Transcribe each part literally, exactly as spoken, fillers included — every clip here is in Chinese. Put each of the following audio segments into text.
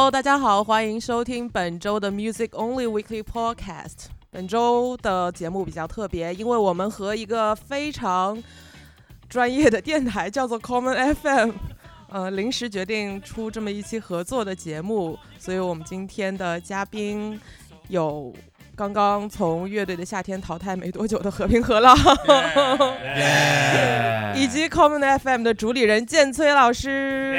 Hello， 大家好，欢迎收听本周的 Music Only Weekly Podcast。本周的节目比较特别，因为我们和一个非常专业的电台叫做 Common F M， 呃，临时决定出这么一期合作的节目，所以我们今天的嘉宾有刚刚从乐队的夏天淘汰没多久的和平河浪， yeah. 以及 Common F M 的主理人建崔老师。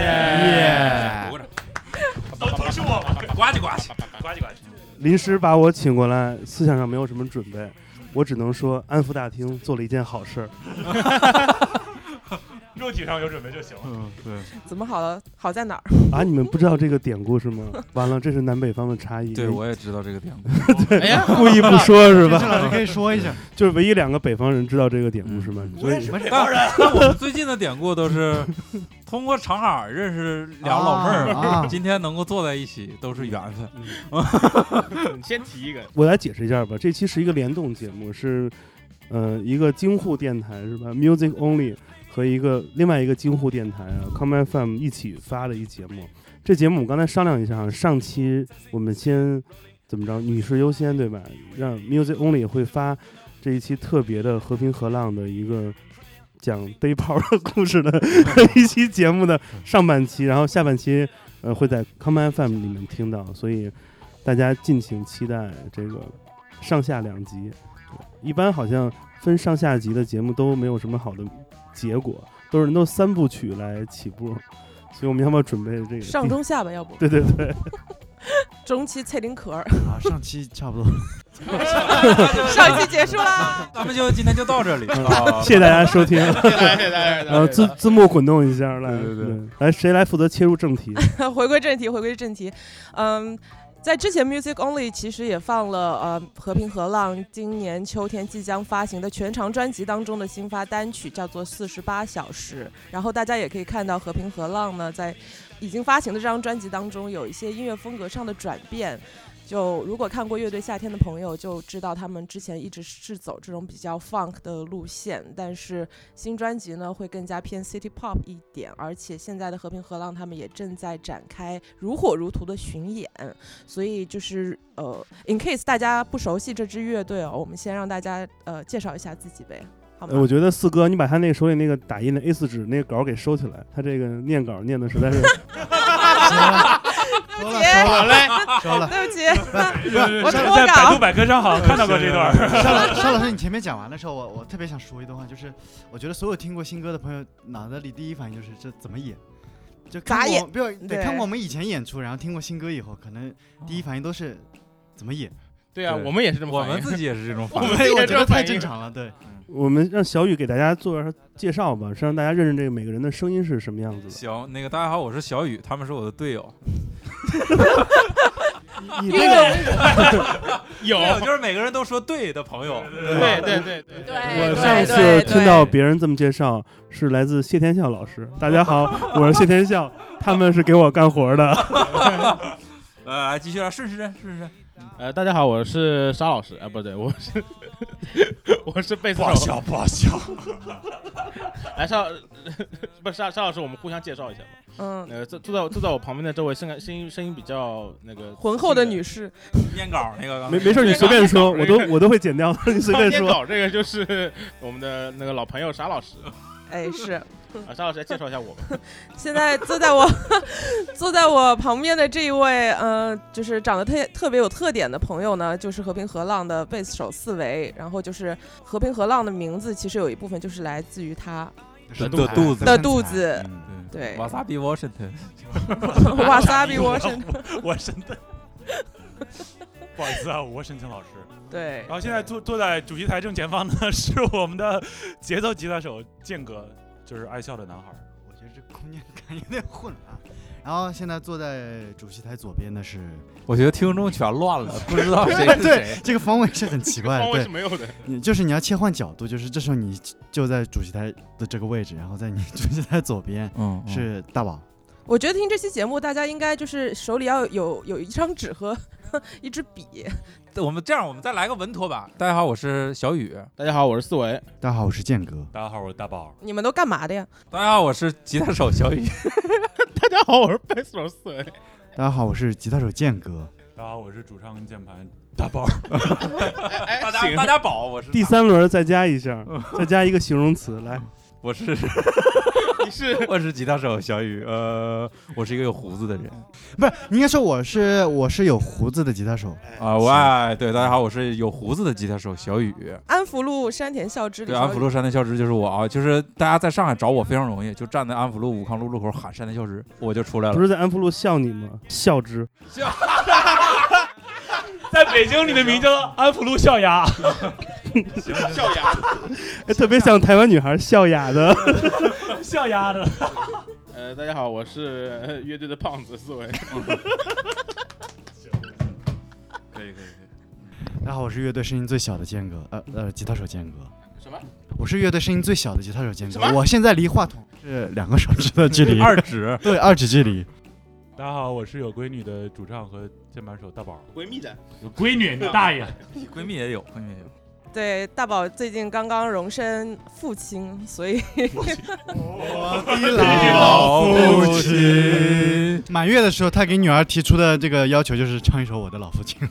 Yeah. Yeah. 都都是我，呱唧呱唧，呱唧呱唧。 临时把我请过来，思想上没有什么准备，我只能说安福大厅做了一件好事儿。 肉体上有准备就行了。 嗯，对。 怎么好了？好在哪儿？ 啊，你们不知道这个典故是吗？完了，这是南北方的差异。 对，我也知道这个典故。 对， 哎呀， 故意不说是吧？ 郑老师可以说一下， 就是唯一两个北方人知道这个典故是吗？ 我也是北方人。但我们最近的典故都是通过长海认识俩老妹儿，啊、今天能够坐在一起都是缘分。 你先提一个， 我来解释一下吧。这期是一个联动节目，是呃一个京沪电台是吧 ？Music Only。和一个另外一个京沪电台啊 Common F M 一起发的一节目，这节目我们刚才商量一下，上期我们先怎么着，女士优先对吧？让 Music Only 会发这一期特别的和平河浪的一个讲背炮的故事的一期节目的上半期，然后下半期呃会在 Common F M 里面听到，所以大家敬请期待这个上下两集。一般好像分上下集的节目都没有什么好的结果，都是人都三部曲来起步，所以我们要不要准备这个上中下吧？要不？ 对对对， 中期脆林壳啊，上期差不多， 上期结束啦， 咱们就今天就到这里， 嗯、谢谢大家收听， 谢谢大家，谢谢大家。 然后字字幕滚动一下，来， 对对对， 来谁来负责切入正题？ 回归正题，回归正题，嗯。在之前 Music Only 其实也放了呃和平河浪今年秋天即将发行的全长专辑当中的新发单曲，叫做四十八小时。然后大家也可以看到和平河浪呢在已经发行的这张专辑当中有一些音乐风格上的转变。就如果看过乐队夏天的朋友就知道他们之前一直是走这种比较 funk 的路线，但是新专辑呢会更加偏 city pop 一点，而且现在的和平河浪他们也正在展开如火如荼的巡演，所以就是呃 in case 大家不熟悉这支乐队哦，我们先让大家呃介绍一下自己呗。 呃、我觉得四哥，你把他那个手里那个打印的 A 四 纸那个稿给收起来，他这个念稿念的实在是。 对不起， 好嘞，收了， 对不起， 我在百度百科上好像看到过这段。 邵老邵老师，你前面讲完的时候，我我特别想说一段话，就是我觉得所有听过新歌的朋友，脑袋里第一反应就是这怎么演，就看过，不对，对，看过我们以前演出，然后听过新歌以后，可能第一反应都是怎么演。 对啊，我们也是这么， 我们自己也是这种反应， 我觉得太正常了。对， 我们让小雨给大家做介绍吧，是让大家认识这个每个人的声音是什么样子的。 行，那个大家好，我是小雨，他们是我的队友。 你这个有就是每个人都说对的朋友。 对对对对对。 我上次听到别人这么介绍，是来自谢天笑老师。大家好，我是谢天笑，他们是给我干活的。 呃，继续啊，顺时针，顺时针。 呃，大家好，我是沙老师，啊、呃，不对，我是我是贝斯手。 不好笑，不好笑。 来，沙不是沙沙老师，我们互相介绍一下吧。 嗯， 呃，坐坐在坐在我旁边的这位声声音声音比较那个浑厚的女士， 念稿那个没没事，你随便说，我都我都会剪掉，你随便说。 念稿这个就是我们的那个老朋友沙老师。 哎，是。 啊，沙老师来介绍一下我们。 现在坐在我坐在我旁边的这一位，呃，就是长得特特别有特点的朋友呢，就是和平河浪的贝斯手四维。然后就是和平河浪的名字，其实有一部分就是来自于他的肚子的肚子。 嗯、 对， 瓦萨比 Washington， 瓦萨比 Washington， Washington。不好意思啊，我沈腾老师。 对。 然后现在坐坐在主席台正前方呢，是我们的节奏吉他手建哥。就是爱笑的男孩， 我觉得这空间感有点混啊。然后现在坐在主席台左边的是， 我觉得听众全乱了，不知道谁是谁。 对，这个方位是很奇怪的， 方位是没有的。 你就是你要切换角度，就是这时候你就在主席台的这个位置，然后在你主席台左边嗯是大宝。 我觉得听这期节目，大家应该就是手里要有有一张纸和一支笔。 我们这样，我们再来个稳妥版。大家好，我是小雨。 大家好，我是四维。 大家好，我是建哥。 大家好，我是大宝。 你们都干嘛的呀？ 大家好，我是吉他手小雨。 大家好，我是贝斯手四维。 大家好，我是吉他手建哥。 大家好，我是主唱跟键盘大宝。 大家大家宝，我是第三轮再加一下，再加一个形容词来。 我是你是我是吉他手小雨，呃，我是一个有胡子的人， 不是，你应该说我是我是有胡子的吉他手啊。我哎，对，大家好，我是有胡子的吉他手小雨。 安福路山田孝之， 对，安福路山田孝之就是我啊，就是大家在上海找我非常容易，就站在安福路武康路路口喊山田孝之，我就出来了。 不是在安福路笑你吗？孝之。 在北京，你的名叫安福路笑牙。 笑哑， 哎，特别像台湾女孩笑哑的， 笑哑的。 呃，大家好，我是乐队的胖子思维。 可以可以可以。 大家好，我是乐队声音最小的建哥，呃呃，吉他手建哥。 什么？ 我是乐队声音最小的吉他手建哥。我现在离话筒是两个手指的距离， 二指。 对，二指距离。 大家好，我是有闺女的主唱和键盘手大宝。 闺蜜的？ 有闺女，你大爷！ 闺蜜也有，闺蜜也有。 对，大宝最近刚刚荣升父亲，所以我的老父亲。满月的时候，他给女儿提出的这个要求就是唱一首《我的老父亲》。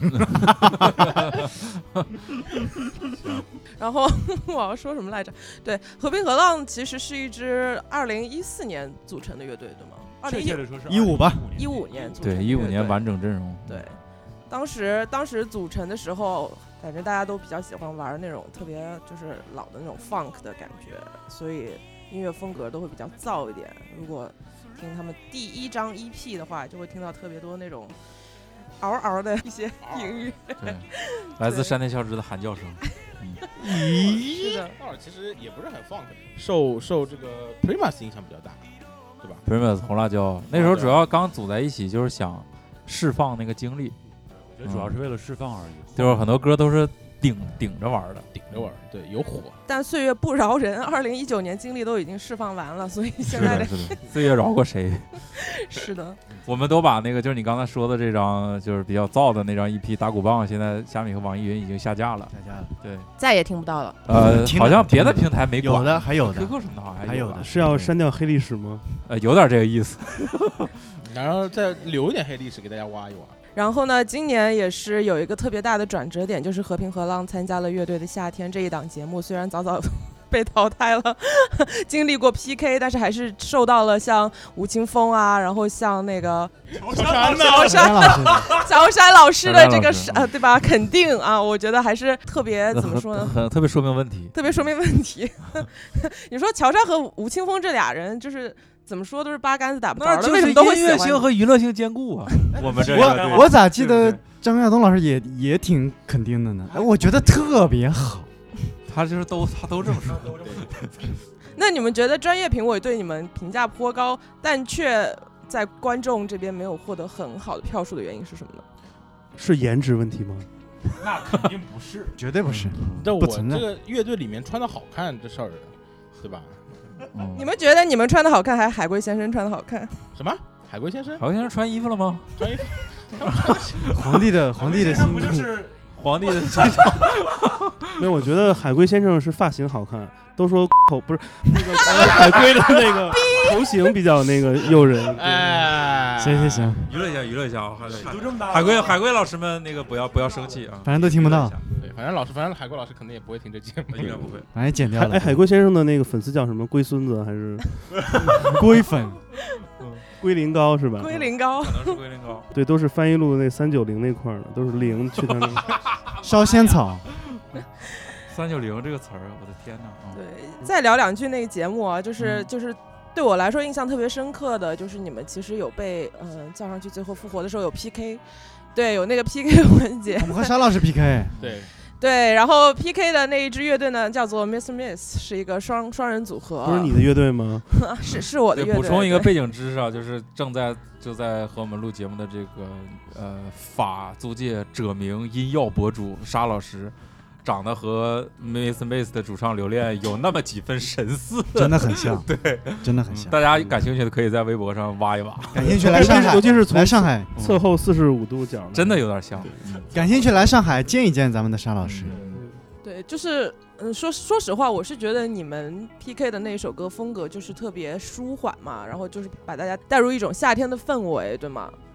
然后我要说什么来着？对，和平河浪其实是一支二零一四年组成的乐队，对吗？二零一五吧， 一五年组成。 对，一五年完整阵容。 对，当时当时组成的时候。感觉大家都比较喜欢玩那种特别就是老的那种 funk 的感觉，所以音乐风格都会比较燥一点。如果听他们第一张 E P 的话，就会听到特别多那种嗷嗷的一些音乐， 对，来自山田孝之的喊叫声。 咦， 是的， 那会儿其实也不是很 funk， 受受这个 Primus 影响比较大，对吧 ？Primus 红辣椒那时候主要刚组在一起，就是想释放那个精力。 我觉得主要是为了释放而已， 嗯、就是很多歌都是顶顶着玩的， 顶着玩，对，有火。 但岁月不饶人，二零一九年精力都已经释放完了，所以现在的是的，岁月饶过谁？ 是的， 我们都把那个就是你刚才说的这张就是比较燥的那张 E P 打鼓棒，现在虾米和网易云已经下架了， 下架了， 对， 再也听不到了。 呃，好像别的平台没管， 有的还有的 ，Q Q 什么的好像还有的， 是要删掉黑历史吗？ 呃，有点这个意思。 然后再留一点黑历史给大家挖一挖。 然后呢，今年也是有一个特别大的转折点，就是和平河浪参加了乐队的夏天这一档节目，虽然早早被淘汰了，经历过 P K， 但是还是受到了像吴青峰啊，然后像那个乔杉乔杉乔杉老师的这个呃对吧肯定啊，我觉得还是特别怎么说呢， 很特别说明问题， 特别说明问题。你说乔杉和吴青峰这俩人就是怎么说都是八竿子打不着的，为什么都会音乐性和娱乐性兼顾啊？我们这我我咋记得张亚东老师也也挺肯定的呢？哎，我觉得特别好。 他就是都他都这么说。 那你们觉得专业评委对你们评价颇高，但却在观众这边没有获得很好的票数的原因是什么呢？ 是颜值问题吗？ 那肯定不是， 绝对不是。 这我这个乐队里面穿的好看这事儿，对吧？ 嗯、你们觉得你们穿的好看，还是海龟先生穿的好看？ 什么？海龟先生？ 海龟先生穿衣服了吗？ 穿衣服。 皇帝的皇帝的心不就是皇帝的心？ 没有，我觉得海龟先生是发型好看，都说口不是那个海龟的那个头型比较那个诱人。 哎， 行行行， 娱乐一下，娱乐一下啊！海龟海龟老师们那个不要不要生气啊， 反正都听不到。 对，反正老师，反正海龟老师肯定也不会听这节目， 应该不会， 反正剪掉了。 哎，海龟先生的那个粉丝叫什么？龟孙子还是龟粉？ 龟苓膏是吧？ 龟苓膏可能是龟苓膏。 对，都是翻译路那三九零那块的，都是零去他那个烧仙草。 三九零这个词儿，我的天哪！ 对，再聊两句那个节目啊，就是、 嗯、 就是对我来说印象特别深刻的就是你们其实有被嗯、呃、叫上去，最后复活的时候有 P K， 对，有那个 P K 环节。 我们和沙老师 P K。 对。 对，然后 P K 的那一支乐队呢，叫做 Miss Miss， 是一个双双人组合。 不是你的乐队吗？ 是是我的乐队。 补充一个背景知识啊，就是正在就在和我们录节目的这个呃法租界者名音药博主沙老师，长得和 Miss Miss 的主唱刘恋有那么几分神似， 真的很像， 对， 真的很像。 大家感兴趣的可以在微博上挖一挖， 感兴趣来上海， 尤其是来上海侧后四十五度角， 真的有点像。 感兴趣来上海见一见咱们的沙老师。 对，就是嗯，说说实话，我是觉得你们 P K 的那首歌风格就是特别舒缓嘛，然后就是把大家带入一种夏天的氛围，对吗？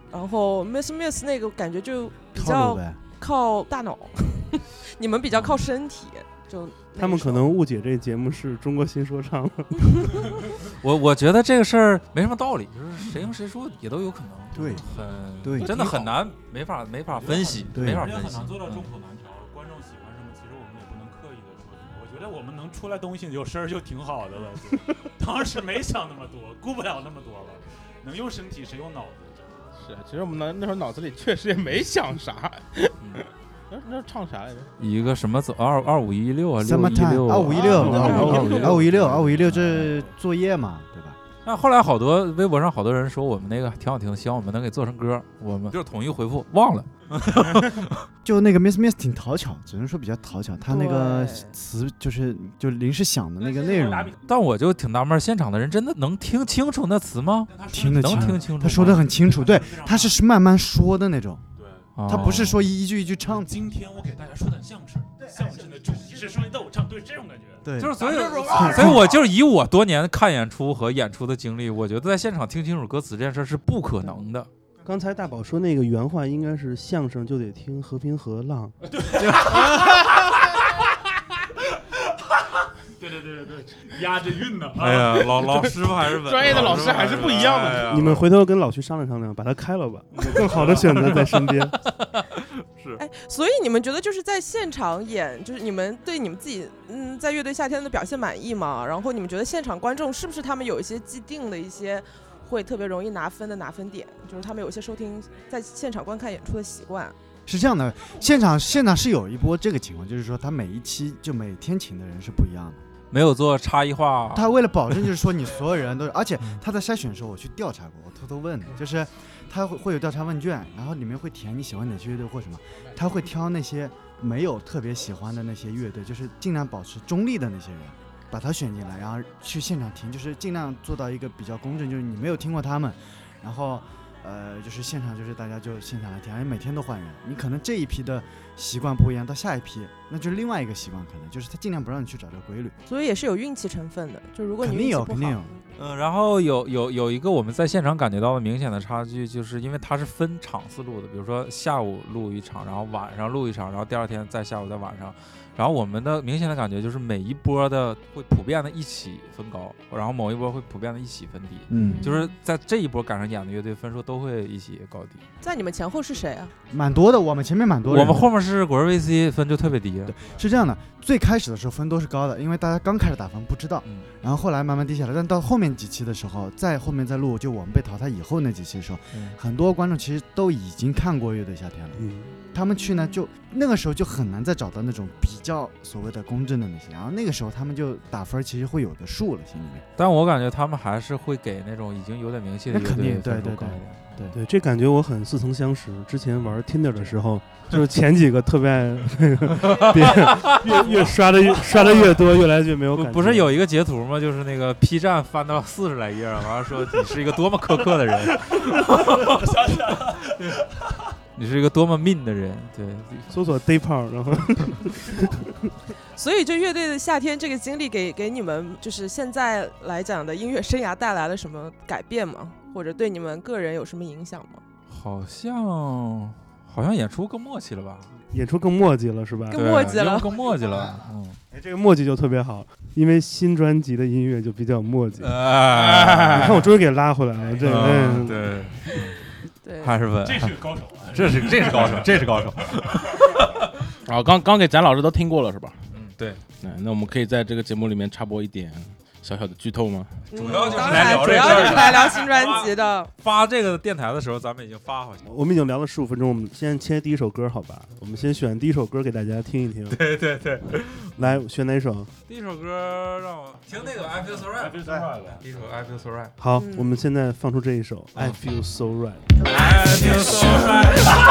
然后 Miss Miss 那个感觉就比较靠大脑，你们比较靠身体。就他们可能误解这节目是中国新说唱了。 我我觉得这个事儿没什么道理，就是谁赢谁输也都有可能。 对， 很对， 真的很难，没法没法分析，没法分析。 很难做到众口难调，观众喜欢什么，其实我们也不能刻意的说什么。我觉得我们能出来东西有声儿就挺好的了。当时没想那么多，顾不了那么多了，能用身体谁用脑子？ 是，其实我们那那时候脑子里确实也没想啥。嗯那那唱啥来着？ 一个什么走二二五一六啊， 六一六，二五一六，二五一六，二五一六，这作业嘛，对吧？ 那后来好多微博上好多人说我们那个挺好听的，希望我们能给做成歌，我们就是统一回复忘了。 就那个 Miss Miss 挺讨巧，只能说比较讨巧，他那个词就是就临时想的那个内容。 但我就挺纳闷，现场的人真的能听清楚那词吗？ 听得清， 能听清楚， 他说的很清楚，对，他是慢慢说的那种。 他不是说一句一句唱。 今天我给大家说段相声，相声的主题是说逗唱，对这种感觉。 对， 就是所以，所以我就是以我多年看演出和演出的经历，我觉得在现场听清楚歌词这件事是不可能的。 刚才大宝说那个原话应该是相声就得听和平和浪。 对。对对对对对，押着韵呢。 哎呀，老老师傅还是稳， 专业的老师还是不一样的。 你们回头跟老徐商量商量，把它开了吧，有更好的选择在身边。 是。 哎，所以你们觉得就是在现场演，就是你们对你们自己嗯在乐队夏天的表现满意吗？然后你们觉得现场观众是不是他们有一些既定的一些会特别容易拿分的拿分点，就是他们有一些收听在现场观看演出的习惯？ 是这样的，现场现场是有一波这个情况，就是说他每一期就每天请的人是不一样的， 没有做差异化。 他为了保证就是说你所有人都，而且他在筛选的时候我去调查过，我偷偷问，就是他会会有调查问卷，然后里面会填你喜欢哪些乐队或什么，他会挑那些没有特别喜欢的那些乐队，就是尽量保持中立的那些人，把他选进来，然后去现场听，就是尽量做到一个比较公正，就是你没有听过他们，然后。呃，就是现场，就是大家就现场来听，而且每天都换人。你可能这一批的习惯不一样，到下一批，那就是另外一个习惯，可能就是他尽量不让你去找这个规律。 所以也是有运气成分的，就如果你肯定有，肯定有。 嗯，然后有有有一个我们在现场感觉到的明显的差距，就是因为它是分场次录的，比如说下午录一场，然后晚上录一场，然后第二天再下午再晚上。然后我们的明显的感觉就是每一波的会普遍的一起分高，然后某一波会普遍的一起分低， 嗯， 就是在这一波赶上演的乐队分数都会一起高低。 在你们前后是谁啊？ 蛮多的，我们前面蛮多的。 我们后面是果仁 V C 分就特别低。 对，是这样的，最开始的时候分都是高的，因为大家刚开始打分不知道，嗯，然后后来慢慢低下来，但到后面几期的时候，再后面再录，就我们被淘汰以后那几期的时候，嗯，很多观众其实都已经看过乐队夏天了，嗯，他们去呢就那个时候就很难再找到那种比较所谓的公正的那些，然后那个时候他们就打分其实会有个数了心里面。 但我感觉他们还是会给那种已经有点名气的乐队分数高一点。 对对对对对，这感觉我很似曾相识。之前玩 Tinder 的时候，就是前几个特别爱那个越越刷的越刷的越多，越来越没有感觉。 不是有一个截图吗？就是那个 P 站翻到四十来页，完了说你是一个多么苛刻的人。 我想起来了。 你是一个多么 mean 的人，对， 搜索 day 炮，然后， 所以这乐队的夏天这个经历给给你们就是现在来讲的音乐生涯带来了什么改变吗？或者对你们个人有什么影响吗？ 好像好像演出更默契了吧？ 演出更默契了是吧？ 更默契了， 更默契了。嗯， 哎，这个默契就特别好，因为新专辑的音乐就比较默契。哎，你看我终于给拉回来了，这嗯对。 对， 还是稳， 这是个高手啊！ 这是这是高手，这是高手。 然后刚刚给咱老师都听过了是吧？ 嗯，对。 那那我们可以在这个节目里面插播一点小小的剧透吗？ 主要就是来聊这个，主要就是来聊新专辑的。 发这个电台的时候，咱们已经发好像。 我们已经聊了十五分钟，我们先切第一首歌，好吧？我们先选第一首歌给大家听一听。 对对对， 来选哪首？ 第一首歌让我听那个 I Feel So Right。 I Feel So Right。 第一首 I Feel So Right。 好，我们现在放出这一首 I Feel So Right。 I Feel So Right。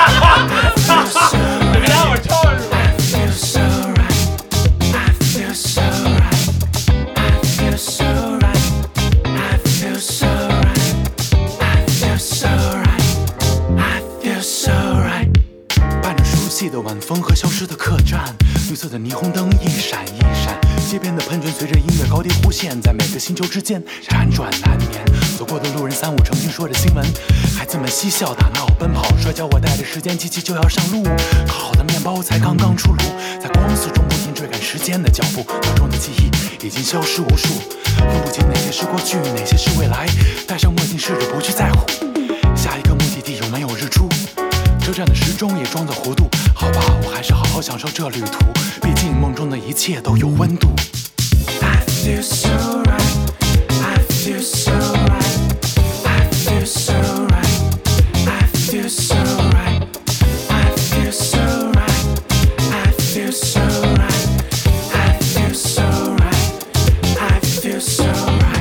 你们让我唱是吧 ？I feel so right. I feel so right. I feel so right. I feel so right. I feel so right. I feel so right. 伴着熟悉的晚风和消失的客栈，绿色的霓虹灯一闪一闪， 街边的喷泉随着音乐高低忽现，在每个星球之间辗转难眠。走过的路人三五成群说着新闻，孩子们嬉笑打闹奔跑摔跤，我带着时间机器就要上路。烤好的面包才刚刚出炉，在光速中不停追赶时间的脚步，脑中的记忆已经消失无数，分不清哪些是过去，哪些是未来。戴上墨镜试着不去在乎下一个目的地有没有日出，车站的时钟也装作弧度。好吧，我还是好好享受这旅途，毕竟梦中的一切都有温度。 I feel so right, I feel so right, I feel so right, I feel so right, I feel so right, I feel so right, I feel so right, I feel so right.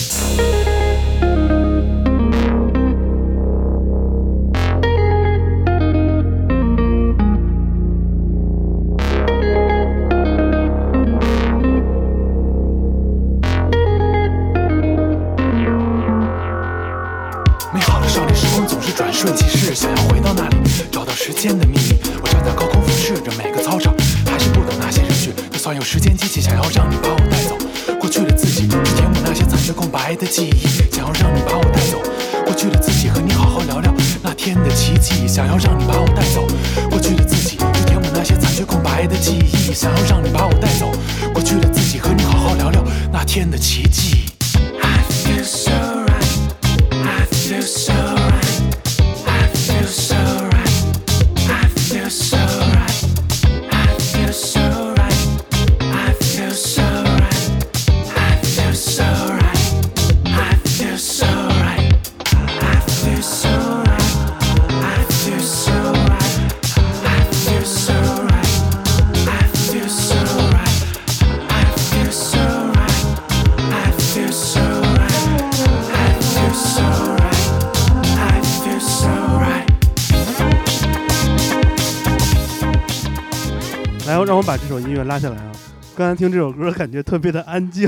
转瞬即逝，想要回到那里，找到时间的秘密。我站在高空俯视着每个操场，还是不懂那些人群。就算有时间机器想要让你把我带走，过去的自己去填补那些残缺空白的记忆。想要让你把我带走，过去的自己和你好好聊聊那天的奇迹。想要让你把我带走，过去的自己去填补那些残缺空白的记忆。想要让你把我带走，过去的自己和你好好聊聊那天的奇迹。 I feel so right, I feel so right. I feel so right, I feel so right, I feel so right, I feel so right, I feel so right, I feel so right, I feel so right, I feel so right, I feel so right, I feel so right, I feel so right, I feel so right, I feel so right, I feel so right. 来，让我把这首音乐拉下来啊！刚才听这首歌，感觉特别的安静。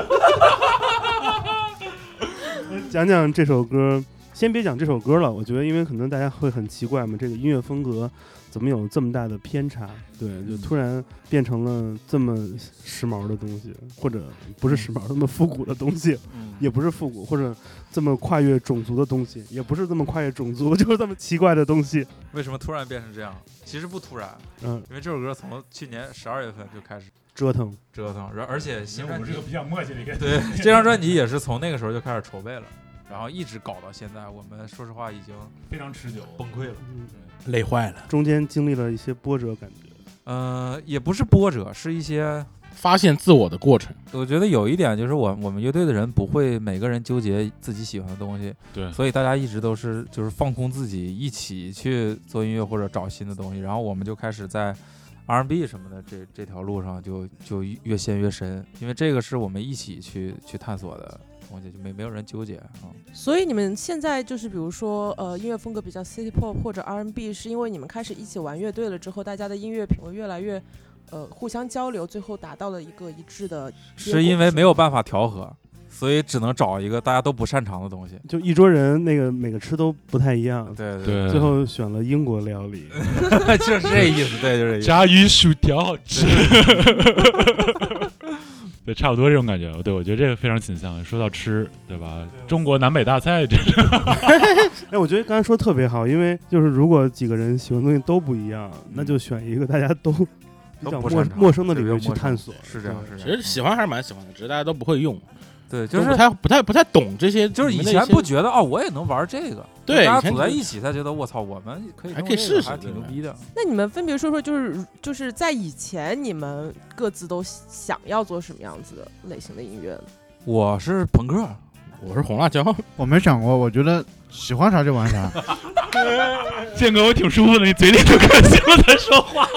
讲讲这首歌，先别讲这首歌了，我觉得，因为可能大家会很奇怪嘛，这个音乐风格怎么有这么大的偏差？对，就突然变成了这么时髦的东西，或者不是时髦，这么复古的东西，也不是复古，或者这么跨越种族的东西，也不是这么跨越种族，就是这么奇怪的东西。 为什么突然变成这样？其实不突然， 嗯， 因为这首歌从去年十二月份就开始折腾折腾，而且新专辑我们是个比较默契的一个对，这张专辑也是从那个时候就开始筹备了，然后一直搞到现在，我们说实话已经非常持久， 崩溃了， 嗯， 累坏了。 中间经历了一些波折，感觉， 呃，也不是波折，是一些发现自我的过程。 我觉得有一点就是我我们乐队的人不会每个人纠结自己喜欢的东西， 对， 所以大家一直都是就是放空自己，一起去做音乐或者找新的东西，然后我们就开始在 R and B 什么的这这条路上就就越陷越深，因为这个是我们一起去去探索的东西，就没没有人纠结啊、嗯。 所以你们现在就是比如说呃音乐风格比较 City Pop 或者 R and B， 是因为你们开始一起玩乐队了之后，大家的音乐品味越来越呃互相交流，最后达到了一个一致的结果。 是因为没有办法调和，所以只能找一个大家都不擅长的东西。 就一桌人那个每个吃都不太一样， 对对对， 最后选了英国料理， 就是这意思，对，就是这意思。 炸鱼薯条好吃。对，差不多这种感觉。对，我觉得这个非常倾向。说到吃，对吧？中国南北大菜这种。 哎，我觉得刚才说特别好，因为就是如果几个人喜欢的东西都不一样，那就选一个大家都比较陌陌生的领域去探索。 是这样，是这样。其实喜欢还是蛮喜欢的，只是大家都不会用。 对，就是不太不太不太懂这些， 就是以前不觉得哦，我也能玩这个。 对， 大家组在一起才觉得我操，我们可以还可以试试， 还挺牛逼的。 那你们分别说说，就是就是在以前你们各自都想要做什么样子的类型的音乐呢？ 我是朋克， 我是红辣椒。 我没想过，我觉得喜欢啥就玩啥。 建哥，我挺舒服的，你嘴里都可行了在说话。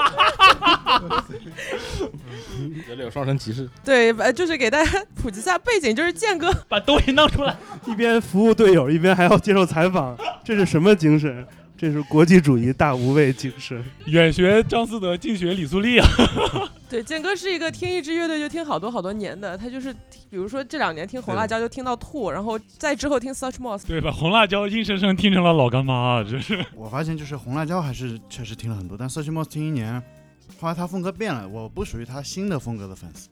这里有双神骑士。 对，就是给大家普及一下背景，就是建哥把东西弄出来， 一边服务队友，一边还要接受采访，这是什么精神？这是国际主义大无畏精神。 远学张思德，近学李素丽啊。 对，建哥是一个听一支乐队就听好多好多年的，他就是比如说这两年听红辣椒就听到吐，然后再之后听 Such Moss， 对，把红辣椒硬生生听成了老干妈，这是。 我发现就是红辣椒还是确实听了很多，但 Such Moss 听一年，后来他风格变了，我不属于他新的风格的粉丝。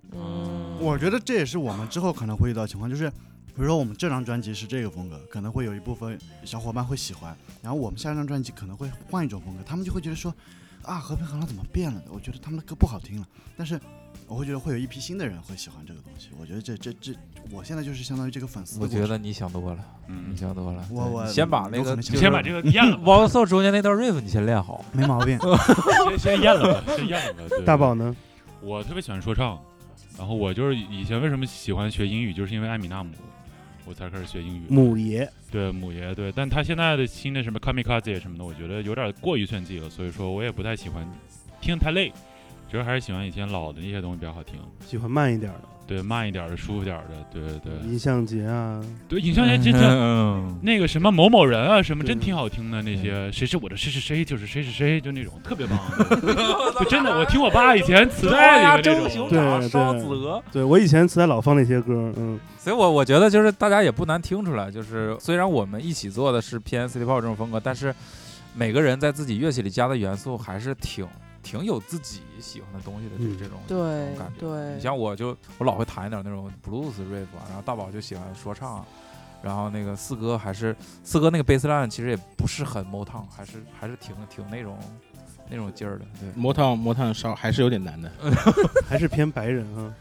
嗯， 我觉得这也是我们之后可能会遇到的情况，就是比如说我们这张专辑是这个风格，可能会有一部分小伙伴会喜欢，然后我们下一张专辑可能会换一种风格，他们就会觉得说啊，和平河浪怎么变了的？我觉得他们的歌不好听了，但是我会觉得会有一批新的人会喜欢这个东西。我觉得这这这，我现在就是相当于这个粉丝的。 我觉得你想多了， 嗯， 你想多了。 我我先把那个， 你先把这个咽了。 王朔中间那段 riff 你先练好， 没毛病。 先先咽了吧，先咽了吧。对大宝呢？ 我特别喜欢说唱，然后我就是以前为什么喜欢学英语，就是因为艾米纳姆。我才开始学英语， 母爷， 对母爷，对，但他现在的新的什么 Kamikaze 什么的，我觉得有点过于炫技了，所以说我也不太喜欢，听太累，主要还是喜欢以前老的那些东西比较好听， 喜欢慢一点的， 对，慢一点的，舒服点的，对对对， 尹相杰啊， 对，尹相杰真的，那个什么某某人啊，什么真挺好听的，那些谁是我的谁是谁就是谁是谁，就那种特别棒，对，真的，我听我爸以前磁带里面那种， 对烧子鹅， 对我以前磁带老放那些歌，嗯。 所以我我觉得就是大家也不难听出来，就是虽然我们一起做的是偏 City Pop 这种风格，但是每个人在自己乐器里加的元素还是挺挺有自己喜欢的东西的，就是这种对这种感觉。 对， 你像我就我老会弹一点那种 blues riff 啊，然后大宝就喜欢说唱啊，然后那个四哥还是四哥那个 bassline 其实也不是很 Motown， 还是还是挺挺那种。那种劲儿的，对， 魔烫魔烫烧还是有点难的， 还是偏白人啊。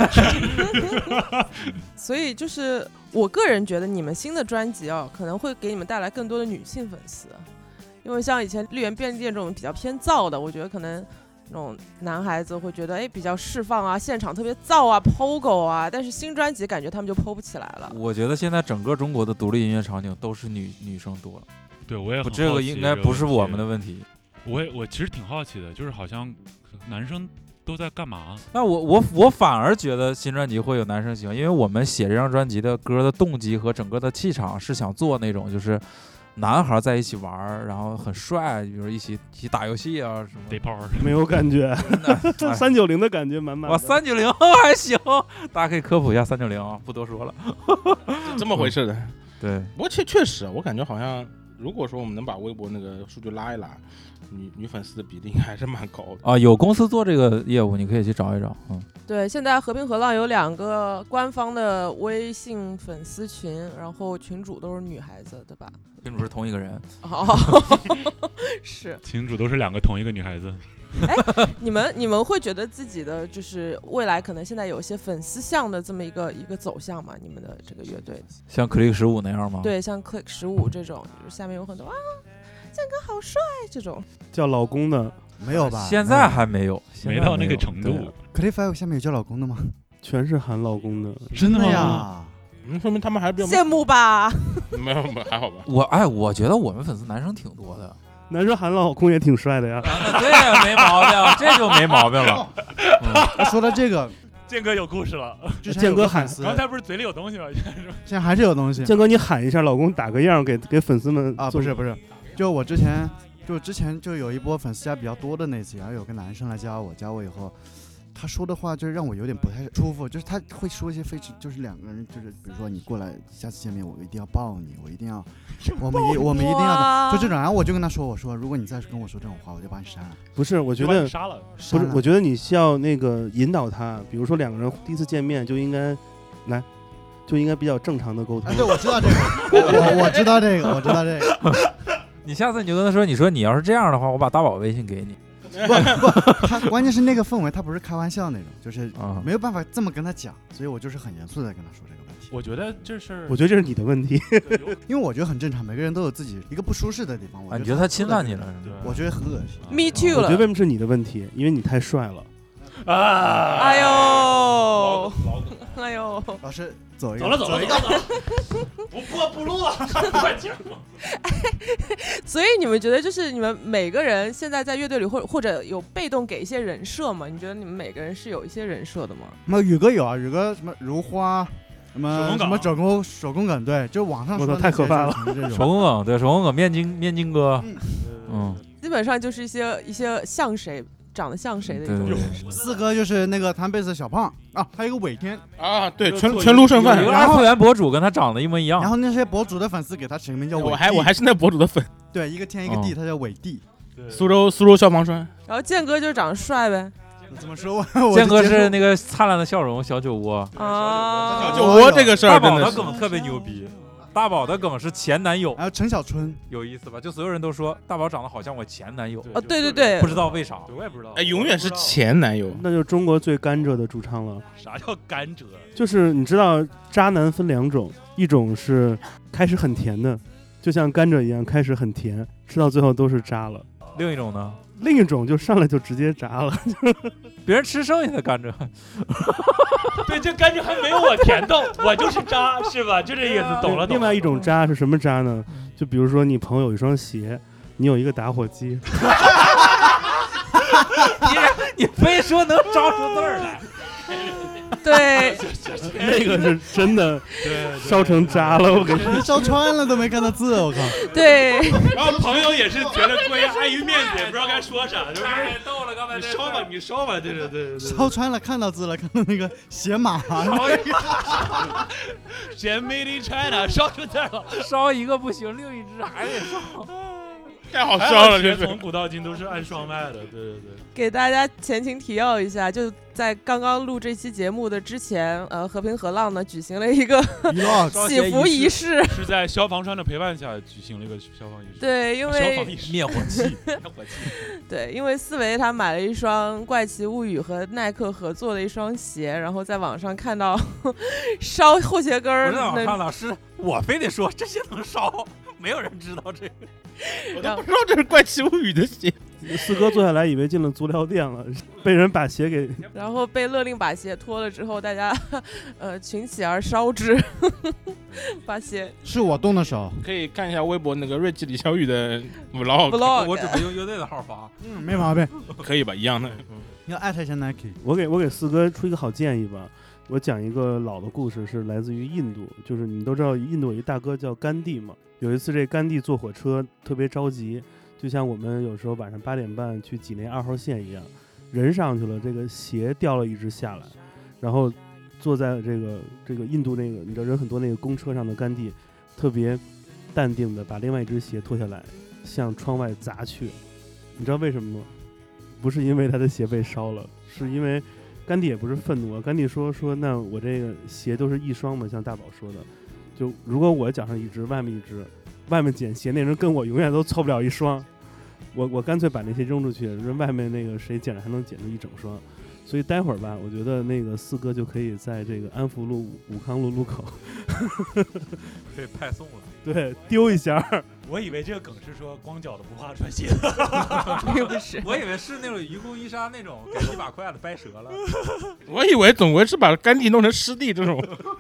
所以就是我个人觉得，你们新的专辑啊，可能会给你们带来更多的女性粉丝，因为像以前绿源便利店这种比较偏燥的，我觉得可能那种男孩子会觉得哎比较释放啊，现场特别燥啊 ，pogo 啊，但是新专辑感觉他们就 po 不起来了。 我觉得现在整个中国的独立音乐场景都是女女生多， 对我也很好奇这个应该不是我们的问题。 我也我其实挺好奇的，就是好像男生都在干嘛？ 那我我我反而觉得新专辑会有男生喜欢，因为我们写这张专辑的歌的动机和整个的气场是想做那种就是男孩在一起玩，然后很帅，比如一起一起打游戏啊什么。 打炮没有感觉，三九零的感觉满满。 哇，三九零还行，大家可以科普一下三九零啊，不多说了。 这么回事的。 对， 不过确确实，我感觉好像，如果说我们能把微博那个数据拉一拉，女女粉丝的比例还是蛮高的啊。有公司做这个业务，你可以去找一找。嗯， 对，现在和平河浪有两个官方的微信粉丝群，然后群主都是女孩子，对吧？ 群主是同一个人。 哦，是。 群主都是两个同一个女孩子。 哎，你们你们会觉得自己的就是未来可能现在有一些粉丝向的这么一个一个走向吗？你们的这个乐队像 Click 十五那样吗？ 对，像 Click 十五这种，就是下面有很多啊，建哥好帅这种。 叫老公的没有吧？ 现在还没有， 没到那个程度。 Click Five 下面有叫老公的吗？ 全是喊老公的， 真的呀？ 嗯，说明他们还是比较羡慕吧？ 没有，没有，还好吧。 我哎，我觉得我们粉丝男生挺多的。 男生喊老公也挺帅的呀， 啊、对呀，没毛病，这就没毛病了。 嗯、说到这个， 建哥有故事了。 建哥喊， 刚才不是嘴里有东西吗？ 现在还是有东西。 建哥，你喊一下，老公打个样，给给粉丝们啊，不是不是，就我之前就之前就有一波粉丝加比较多的那次，然后有个男生来加我，加我以后。他说的话就让我有点不太舒服，就是他会说一些非就是两个人就是比如说你过来下次见面我一定要抱你，我一定要我们一我们一定要就这种，然后我就跟他说我说如果你再跟我说这种话我就把你删了。 不是，我觉得杀了， 不是，我觉得你需要那个引导他，比如说两个人第一次见面就应该来就应该比较正常的沟通。 啊、对，我知道这个，我我知道这个，我知道这个。 你下次你就跟他说，你说你要是这样的话，我把大宝微信给你。 不不，他关键是那个氛围，他不是开玩笑那种，就是没有办法这么跟他讲，所以我就是很严肃的跟他说这个问题。 我觉得这是， 我觉得这是你的问题， 因为我觉得很正常，每个人都有自己一个不舒适的地方。我觉得、 啊、你觉得他侵犯你了？ 我觉得很恶心。 Me too 了。 我觉得为什么是你的问题？因为你太帅了。 啊！ 哎呦！哎呦！ 老师走一个，走了走了走一个， 不播不录了，快点。 所以你们觉得就是你们每个人现在在乐队里或或者有被动给一些人设吗？你觉得你们每个人是有一些人设的吗？ 那宇哥有啊，宇哥什么如花，什么什么手工手工梗，对，就网上说的太可怕了。 手工梗，对，手工梗，面筋面筋哥，嗯，嗯基本上就是一些一些像谁。长得像谁的一种人设？ 四哥就是那个弹贝斯的小胖啊，还有一个尾天啊，对，全全路剩饭。 有一个二次元博主跟他长得一模一样。 然后那些博主的粉丝给他起个名叫尾地， 我还我还是那博主的粉。 对，一个天一个地，他叫尾地。 苏州苏州消防栓。 然后建哥就长得帅呗。 怎么说？ 建哥是那个灿烂的笑容小酒窝啊， 小酒窝这个事儿， 大宝的梗特别牛逼。大宝的梗是前男友， 还有陈小春， 有意思吧？就所有人都说大宝长得好像我前男友啊，对对对， 不知道为啥， 我也不知道， 哎，永远是前男友， 那就是中国最甘蔗的主唱了。 啥叫甘蔗？ 就是你知道，渣男分两种，一种是开始很甜的，就像甘蔗一样，开始很甜，吃到最后都是渣了； 另一种呢？ 另一种就上来就直接渣了， 别人吃剩下的甘蔗。 对，这甘蔗还没有我甜到，我就是渣，是吧？就这意思，懂了。 另外一种渣是什么渣呢？就比如说你朋友有一双鞋，你有一个打火机， 你你非说能招出字儿来。 对， 那个是真的烧成渣了，我跟你说， 烧穿了都没看到字，我靠。 对， 然后朋友也是觉得过于碍于面子，也不知道该说啥，就是太逗了，刚才你烧吧，你烧吧，对对对对， 烧穿了看到字了，看到那个写码， 写 Made in China， 烧出字了， 烧一个不行，另一只还得烧。 太好笑了，这从古到今都是按双卖的，对对对。 给大家前情提要一下，就在刚刚录这期节目的之前，呃，和平河浪呢举行了一个祈福仪式， 是在消防栓的陪伴下举行了一个消防仪式。 对，因为消防仪式灭火器，灭火器。 对，因为思维他买了一双怪奇物语和耐克合作的一双鞋，然后在网上看到烧后鞋跟儿， 我在网上看到是我非得说这些能烧。没有人知道这个， 我都不知道这是怪奇物语的鞋。 四哥坐下来以为进了足疗店了，被人把鞋给， 然后被勒令把鞋脱了之后，大家呃群起而烧之，把鞋是我动的手。 可以看一下微博那个瑞奇李小雨的 vlog， vlog 我只会用乐队的号发， 嗯，没毛病， 可以吧？一样的。 你要艾特一下 Nike。 我给我给四哥出一个好建议吧。我讲一个老的故事，是来自于印度，就是你都知道印度有一大哥叫甘地嘛。有一次这甘地坐火车特别着急，就像我们有时候晚上八点半去济内二号线一样，人上去了，这个鞋掉了一只下来，然后坐在这个这个印度那个你知道人很多那个公车上的甘地，特别淡定的把另外一只鞋脱下来向窗外砸去。你知道为什么吗？不是因为他的鞋被烧了，是因为甘地也不是愤怒啊，甘地说说那我这个鞋都是一双嘛，像大宝说的，就如果我脚上一只，外面一只，外面捡鞋那人跟我永远都凑不了一双，我我干脆把那些扔出去，人外面那个谁捡了还能捡出一整双。所以待会儿吧，我觉得那个四哥就可以在这个安福路武康路路口可以派送了， 对，丢一下。 我以为这个梗是说光脚的不怕穿鞋， 并不是， 我以为是那种愚公移山那种给一把筷子掰折了， 我以为总归是把甘地弄成湿地这种。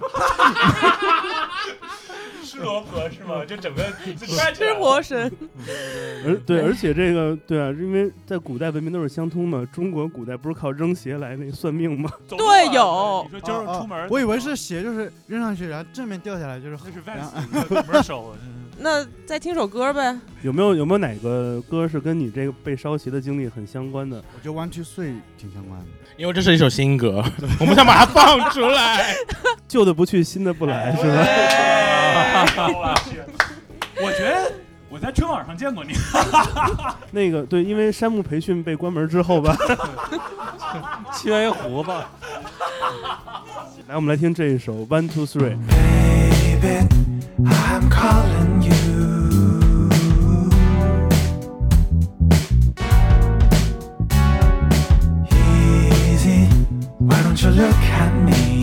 是罗婆是吗？就整个湿婆神。 而对，而且这个对啊，因为在古代文明都是相通嘛。中国古代不是靠扔鞋来那算命吗？ 对，有。 你说今儿出门， 我以为是鞋，就是扔上去，然后正面掉下来，就是那是万死门手。 那再听首歌呗。 有没有有没有哪个歌是跟你这个被烧鞋的经历很相关的？ 我觉得 One Two Three 挺相关的， 因为这是一首新歌，我们想把它放出来。 旧的不去，新的不来，是吧？ 我去，我觉得我在春晚上见过你。 那个对，因为山木培训被关门之后吧， 缺一胡子。 来，我们来听这一首 One Two Three。 Baby, I'm calling you. Easy, why don't you look at me?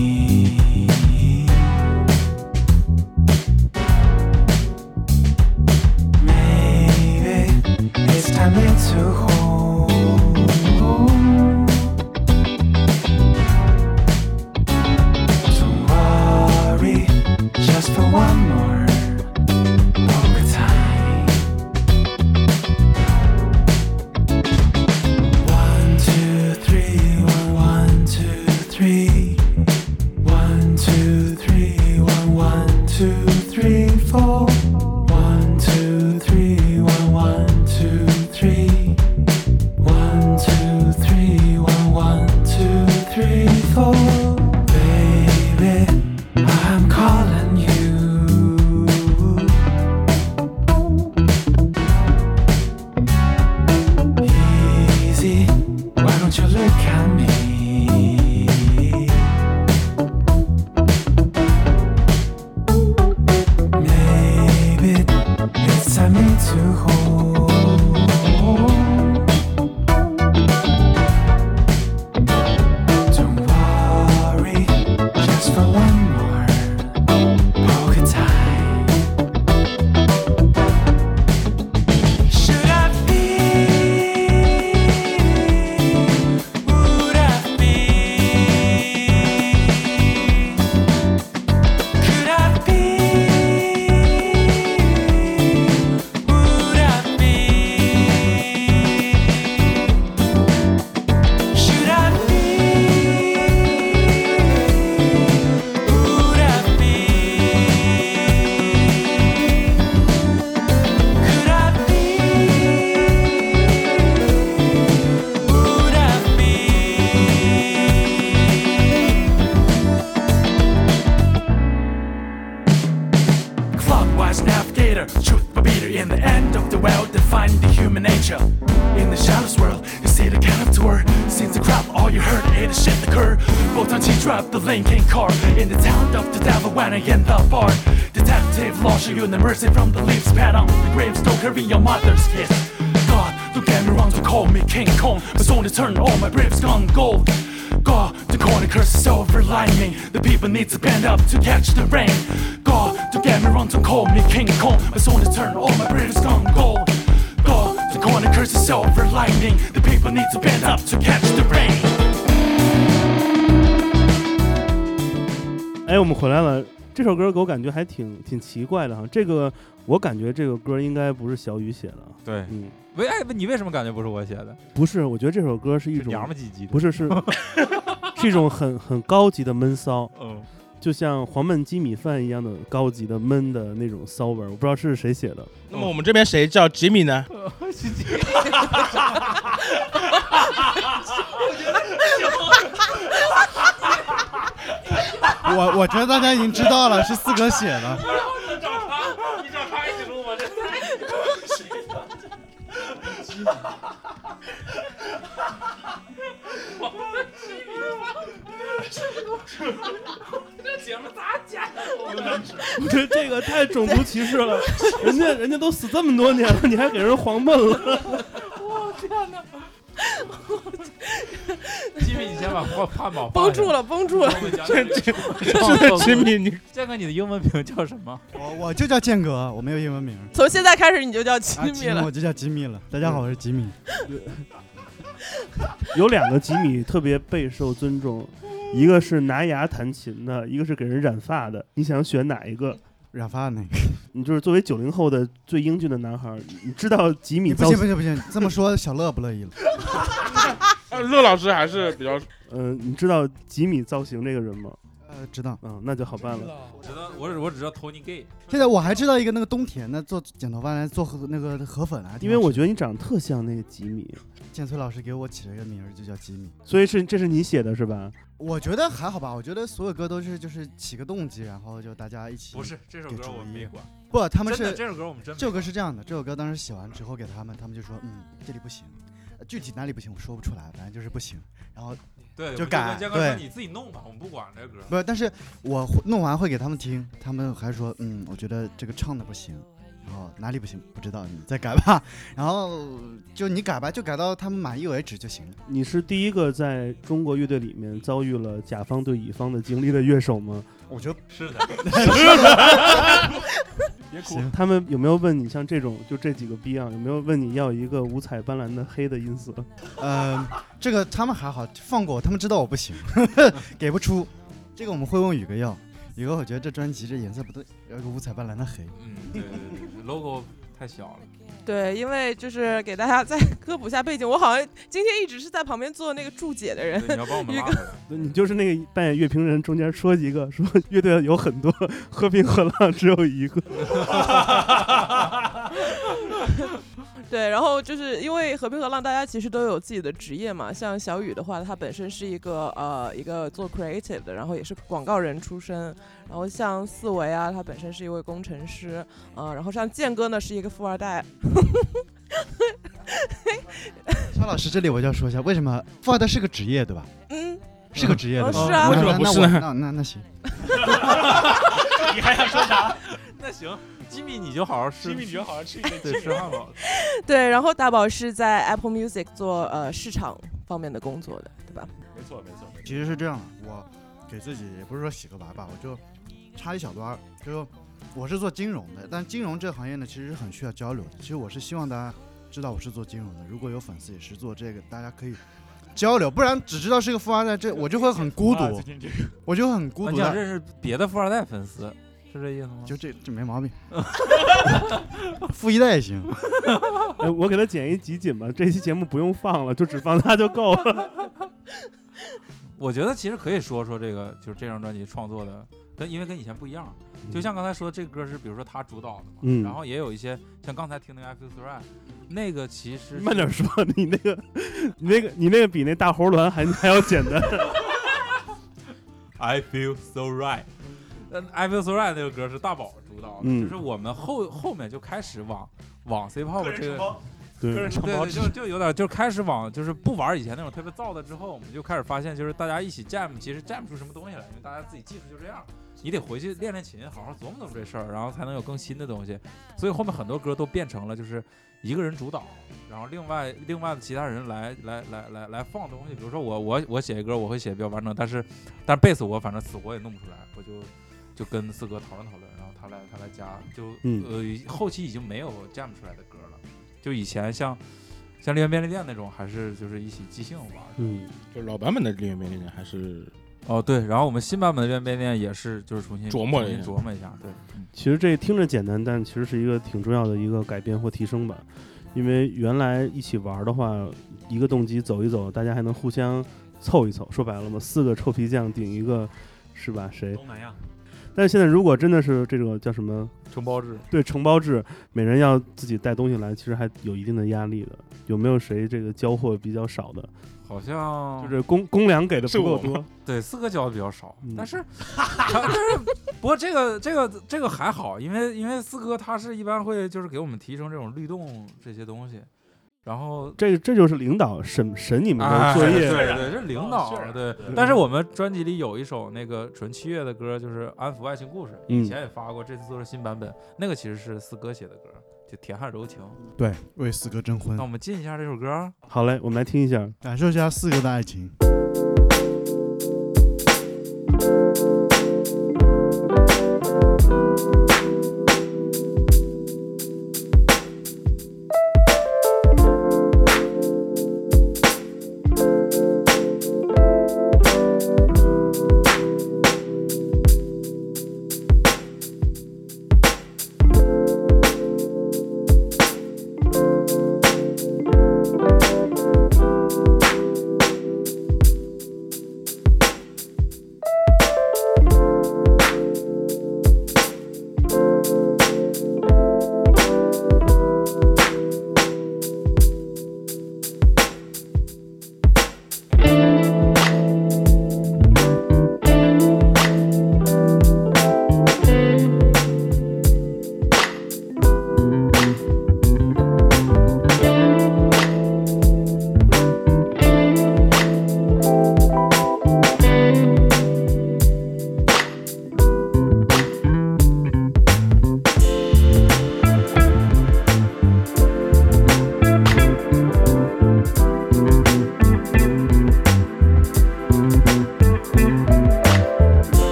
It's time to hold. Don't worry, just for one more moment. bitter, truth but bitter. In the end of the world, define the human nature. In the shallowest world, you see the kind of tour. Since the crowd, all you heard is the shit occur. Both on T-Drop, the Lincoln car. In the town of the devil, when I in the bar. Detective law, show you the mercy from the leaves pad on the gravestone, carrying your mother's kiss. God, don't get me wrong, don't call me King Kong, but soon to turn all my braves gone gold. God, the corner curse is over lightning. The people need to bend up to catch the rain. God, don't get me wrong, don't call me King Kong, but soon to turn all my braves gone gold. God, the corner curse is over lightning. The people need to bend up to catch the rain. 哎，我们回来了。这首歌给我感觉还挺挺奇怪的哈。这个我感觉这个歌应该不是小雨写的。 对， 嗯， 为哎，你为什么感觉不是我写的？ 不是，我觉得这首歌是一种娘们唧唧的， 不是是是一种很很高级的闷骚， 嗯， 就像黄焖鸡米饭一样的高级的闷的那种骚味儿。我不知道是谁写的。 那么我们这边谁叫吉米呢？ 是吉米。 我我觉得大家已经知道了，是四哥写的。 你找他，你找他一起录吗？这谁的？吉米。这节目咋剪？ 这这个太种族歧视了，人家人家都死这么多年了，你还给人黄焖了。 我天哪！吉米，你先把汉堡绷住了，绷住了。 这这这吉米，你建哥，你的英文名叫什么？ 我我就叫建哥，我没有英文名。 从现在开始你就叫吉米了， 啊、我就叫吉米了。大家好，我是吉米。 有两个吉米特别备受尊重，一个是拿牙弹琴的，一个是给人染发的。你想选哪一个？ 染发那个。 你就是作为九零后的最英俊的男孩，你知道吉米造型？不行不行不行，这么说小乐不乐意了。 乐老师还是比较， 嗯、呃，你知道吉米造型这个人吗？ 呃，知道。 嗯，那就好办了。 我知道，我我只知道 Tony Gay。 现在我还知道一个那个冬田的做剪头发来做河那个河粉啊， 因为我觉得你长得特像那个吉米。 建崔老师给我起了一个名儿，就叫吉米。 所以是这是你写的是吧？ 我觉得还好吧，我觉得所有歌都是就是起个动机，然后就大家一起。 不是这首歌我们没管。 不，他们是这首歌我们真。 这首歌是这样的，这首歌当时写完之后给他们，他们就说嗯这里不行，具体哪里不行我说不出来，反正就是不行。然后对就改， 对，你自己弄吧，我们不管这个歌。 不是，但是我弄完会给他们听，他们还说嗯我觉得这个唱的不行。然后哪里不行不知道，你再改吧。然后就你改吧，就改到他们满意为止就行了。 你是第一个在中国乐队里面遭遇了甲方对乙方的经历的乐手吗？ 我觉得是的。 别哭。他们有没有问你像这种就这几个 Beyond 有没有问你要一个五彩斑斓的黑的音色？ 呃，这个他们还好放过我，他们知道我不行，给不出。这个我们会问宇哥要。宇哥，我觉得这专辑这颜色不对，有个五彩斑斓的黑。 嗯，对对对 ，logo 太小了。 对，因为就是给大家再科普一下背景，我好像今天一直是在旁边做那个注解的人。 你要帮我们拉回来。 你就是那个扮演乐评人中间说一个，说乐队有很多，和平和浪只有一个。 对，然后就是因为和平和浪，大家其实都有自己的职业嘛。像小雨的话，他本身是一个呃一个做 creative 的，然后也是广告人出身。然后像四维啊，他本身是一位工程师，呃，然后像建哥呢是一个富二代。 肖老师，这里我就要说一下，为什么富二代是个职业，对吧？ 嗯， 是个职业的。 哦、是啊。 为什么不是呢？ 那那那行。 你还想说啥？ 那行。吉米，你就好好吃。 吉米，你就好好吃一点。 对，吃汉堡。 对，然后大宝是在 Apple Music 做呃市场方面的工作的，对吧？ 没错，没错。 其实是这样的，我给自己也不是说洗个白吧，我就插一小段，就我是做金融的，但金融这个行业呢，其实是很需要交流的。其实我是希望大家知道我是做金融的，如果有粉丝也是做这个，大家可以交流，不然只知道是个富二代，这我就会很孤独，我就很孤独。 你想认识别的富二代粉丝？是这意思吗？ 就这这没毛病，富一代也行。 哎，我给他剪一集锦吧，这期节目不用放了，就只放他就够了。 我觉得其实可以说说这个，就是这张专辑创作的，跟因为跟以前不一样。就像刚才说的，这个歌是比如说他主导的嘛， 嗯， 然后也有一些像刚才听那个 I Feel So Right， 那个其实慢点说，你那个你那个你那个比那大猴鸾还还要简单。 I Feel So Right。 I Feel So Right 那个歌是大宝主导的， 嗯、 就是我们后后面就开始往往 C-pop 这个。 对对对，就就有点就开始往就是不玩以前那种特别燥的，之后我们就开始发现，就是大家一起 jam， 其实 jam 出什么东西来，因为大家自己技术就这样，你得回去练练琴，好好琢磨琢磨这事儿，然后才能有更新的东西。所以后面很多歌都变成了就是一个人主导，然后另外另外的其他人来来来来来放东西。比如说我我我写一歌，我会写比较完整，但是但是贝斯我反正死活也弄不出来，我就就跟四哥讨论讨论，然后他来他来加，就、 嗯、 呃后期已经没有 jam 出来的歌了，就以前像。像恋便利店那种，还是就是一起即兴玩。 嗯， 就老版本的恋便利店还是哦对，然后我们新版本的恋便利店也是就是重新琢磨重新琢磨一下。对、嗯， 其实这听着简单，但其实是一个挺重要的一个改变或提升吧。因为原来一起玩的话，一个动机走一走，大家还能互相凑一凑。说白了嘛，四个臭皮匠顶一个，是吧？谁？ 东南亚。 但是现在如果真的是这种叫什么承包制， 对承包制，每人要自己带东西来，其实还有一定的压力的。有没有谁这个交货比较少的？ 好像就是公公粮给的不够多。 对，四哥交的比较少， 嗯、 但是但是不过这个这个这个还好，因为因为四哥他是一般会就是给我们提升这种律动这些东西。然后这这就是领导审审你们的作业， 哎、对对，这是领导、哦、对, 对。但是我们专辑里有一首那个纯七月的歌，就是《安抚爱情故事》，以前也发过，这次做了新版本，那个其实是四哥写的歌，就铁汉柔情。 对，为四哥征婚。 那我们进一下这首歌。 好嘞，我们来听一下， 感受一下四哥的爱情。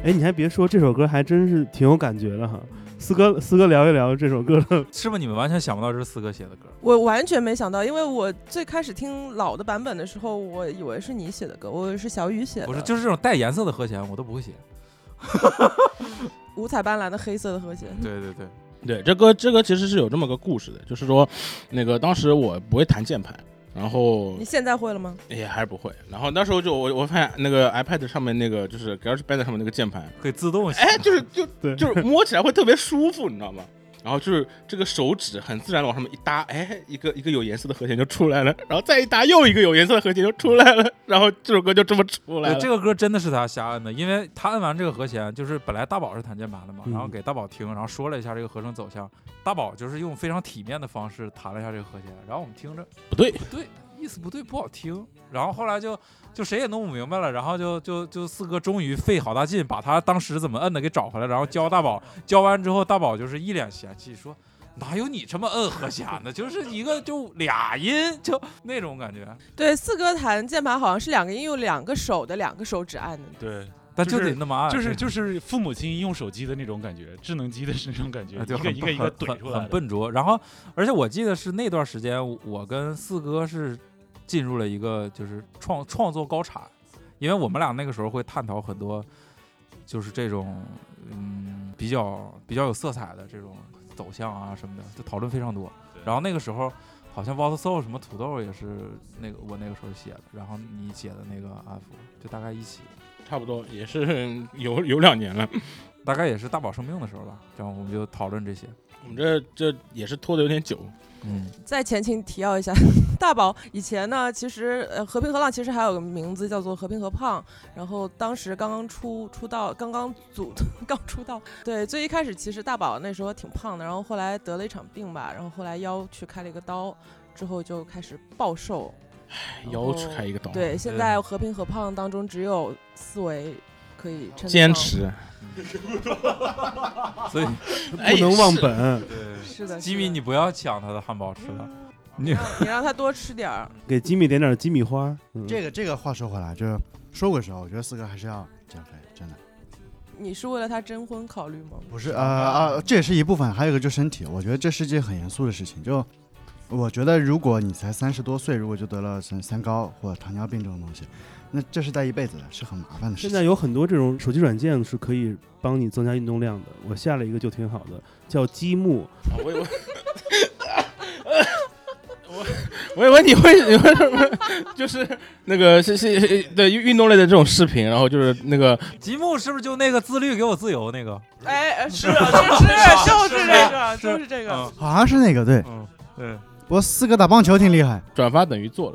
哎，你还别说，这首歌还真是挺有感觉的哈。四哥，四哥聊一聊这首歌的， 是不是你们完全想不到这是四哥写的歌？ 我完全没想到，因为我最开始听老的版本的时候，我以为是你写的歌，我以为是小雨写的。 不是，就是这种带颜色的和弦，我都不会写。 五彩斑斓的黑色的和弦。 对对对。 对，这歌这歌其实是有这么个故事的，就是说，那个当时我不会弹键盘，然后你现在会了吗？ 也还是不会。然后那时候就我我发现那个 iPad 上面那个就是 GarageBand 上面那个键盘可以自动写， 哎，就是就就是摸起来会特别舒服，你知道吗？然后就是这个手指很自然的往上面一搭，哎，一个一个有颜色的和弦就出来了，然后再一搭又一个有颜色的和弦就出来了，然后这首歌就这么出来了。 对，这个歌真的是他瞎摁的，因为他摁完这个和弦，就是本来大宝是弹键盘的嘛， 嗯、 然后给大宝听，然后说了一下这个和声走向，大宝就是用非常体面的方式弹了一下这个和弦，然后我们听着不对不对，意思不对，不好听，然后后来就就谁也弄不明白了，然后就就就四哥终于费好大劲把他当时怎么摁的给找回来，然后教大宝，教完之后大宝就是一脸嫌弃说。哪有你这么摁和弦的？就是一个就俩音，就那种感觉。 对，四哥弹键盘好像是两个音，用两个手的两个手指按的。 对， 但就得那么按。 就是就是父母亲用手机的那种感觉，智能机的那种感觉， 啊、 一个一个一个怼出来， 很笨拙。然后，而且我记得是那段时间，我跟四哥是进入了一个就是创创作高产，因为我们俩那个时候会探讨很多，就是这种嗯比较比较有色彩的这种。走向啊什么的，就讨论非常多。然后那个时候，好像 What Soul 什么土豆也是那个我那个时候写的，然后你写的那个 F， 就大概一起， 差不多也是有有两年了， 大概也是大宝生病的时候吧。然后我们就讨论这些。 我们这这也是拖得有点久。 嗯， 再前情提要一下，大宝以前呢，其实呃和平和浪其实还有个名字叫做和平和胖，然后当时刚刚出出道，刚刚组刚出道，对，最一开始其实大宝那时候挺胖的，然后后来得了一场病吧，然后后来腰去开了一个刀，之后就开始暴瘦， 腰去开一个刀， 对，现在和平和胖当中只有四维可以撑坚持。 所以不能忘本。 对， 是的。 吉米，你不要抢他的汉堡吃了， 你你让他多吃点儿， 给吉米点点鸡米花。 嗯、这个这个话说回来，就是说归说，我觉得四哥还是要减肥，真的。 你是为了他征婚考虑吗？ 不是，呃啊，这也是一部分，还有一个就是身体，我觉得这是件很严肃的事情。就我觉得，如果你才三十多岁，如果就得了三三高或者糖尿病这种东西。那这是带一辈子的，是很麻烦的事情。 现在有很多这种手机软件是可以帮你增加运动量的，我下了一个就挺好的，叫积木。 啊、我以为我我以为你会你会什么？就是那个是是对运动类的这种视频，然后就是那个积木是不是就那个自律给我自由那个？ 哎，是是是，就是这个，就是这个， 好像是那个，对， 嗯，对。 不过四哥打棒球挺厉害， 转发等于做了。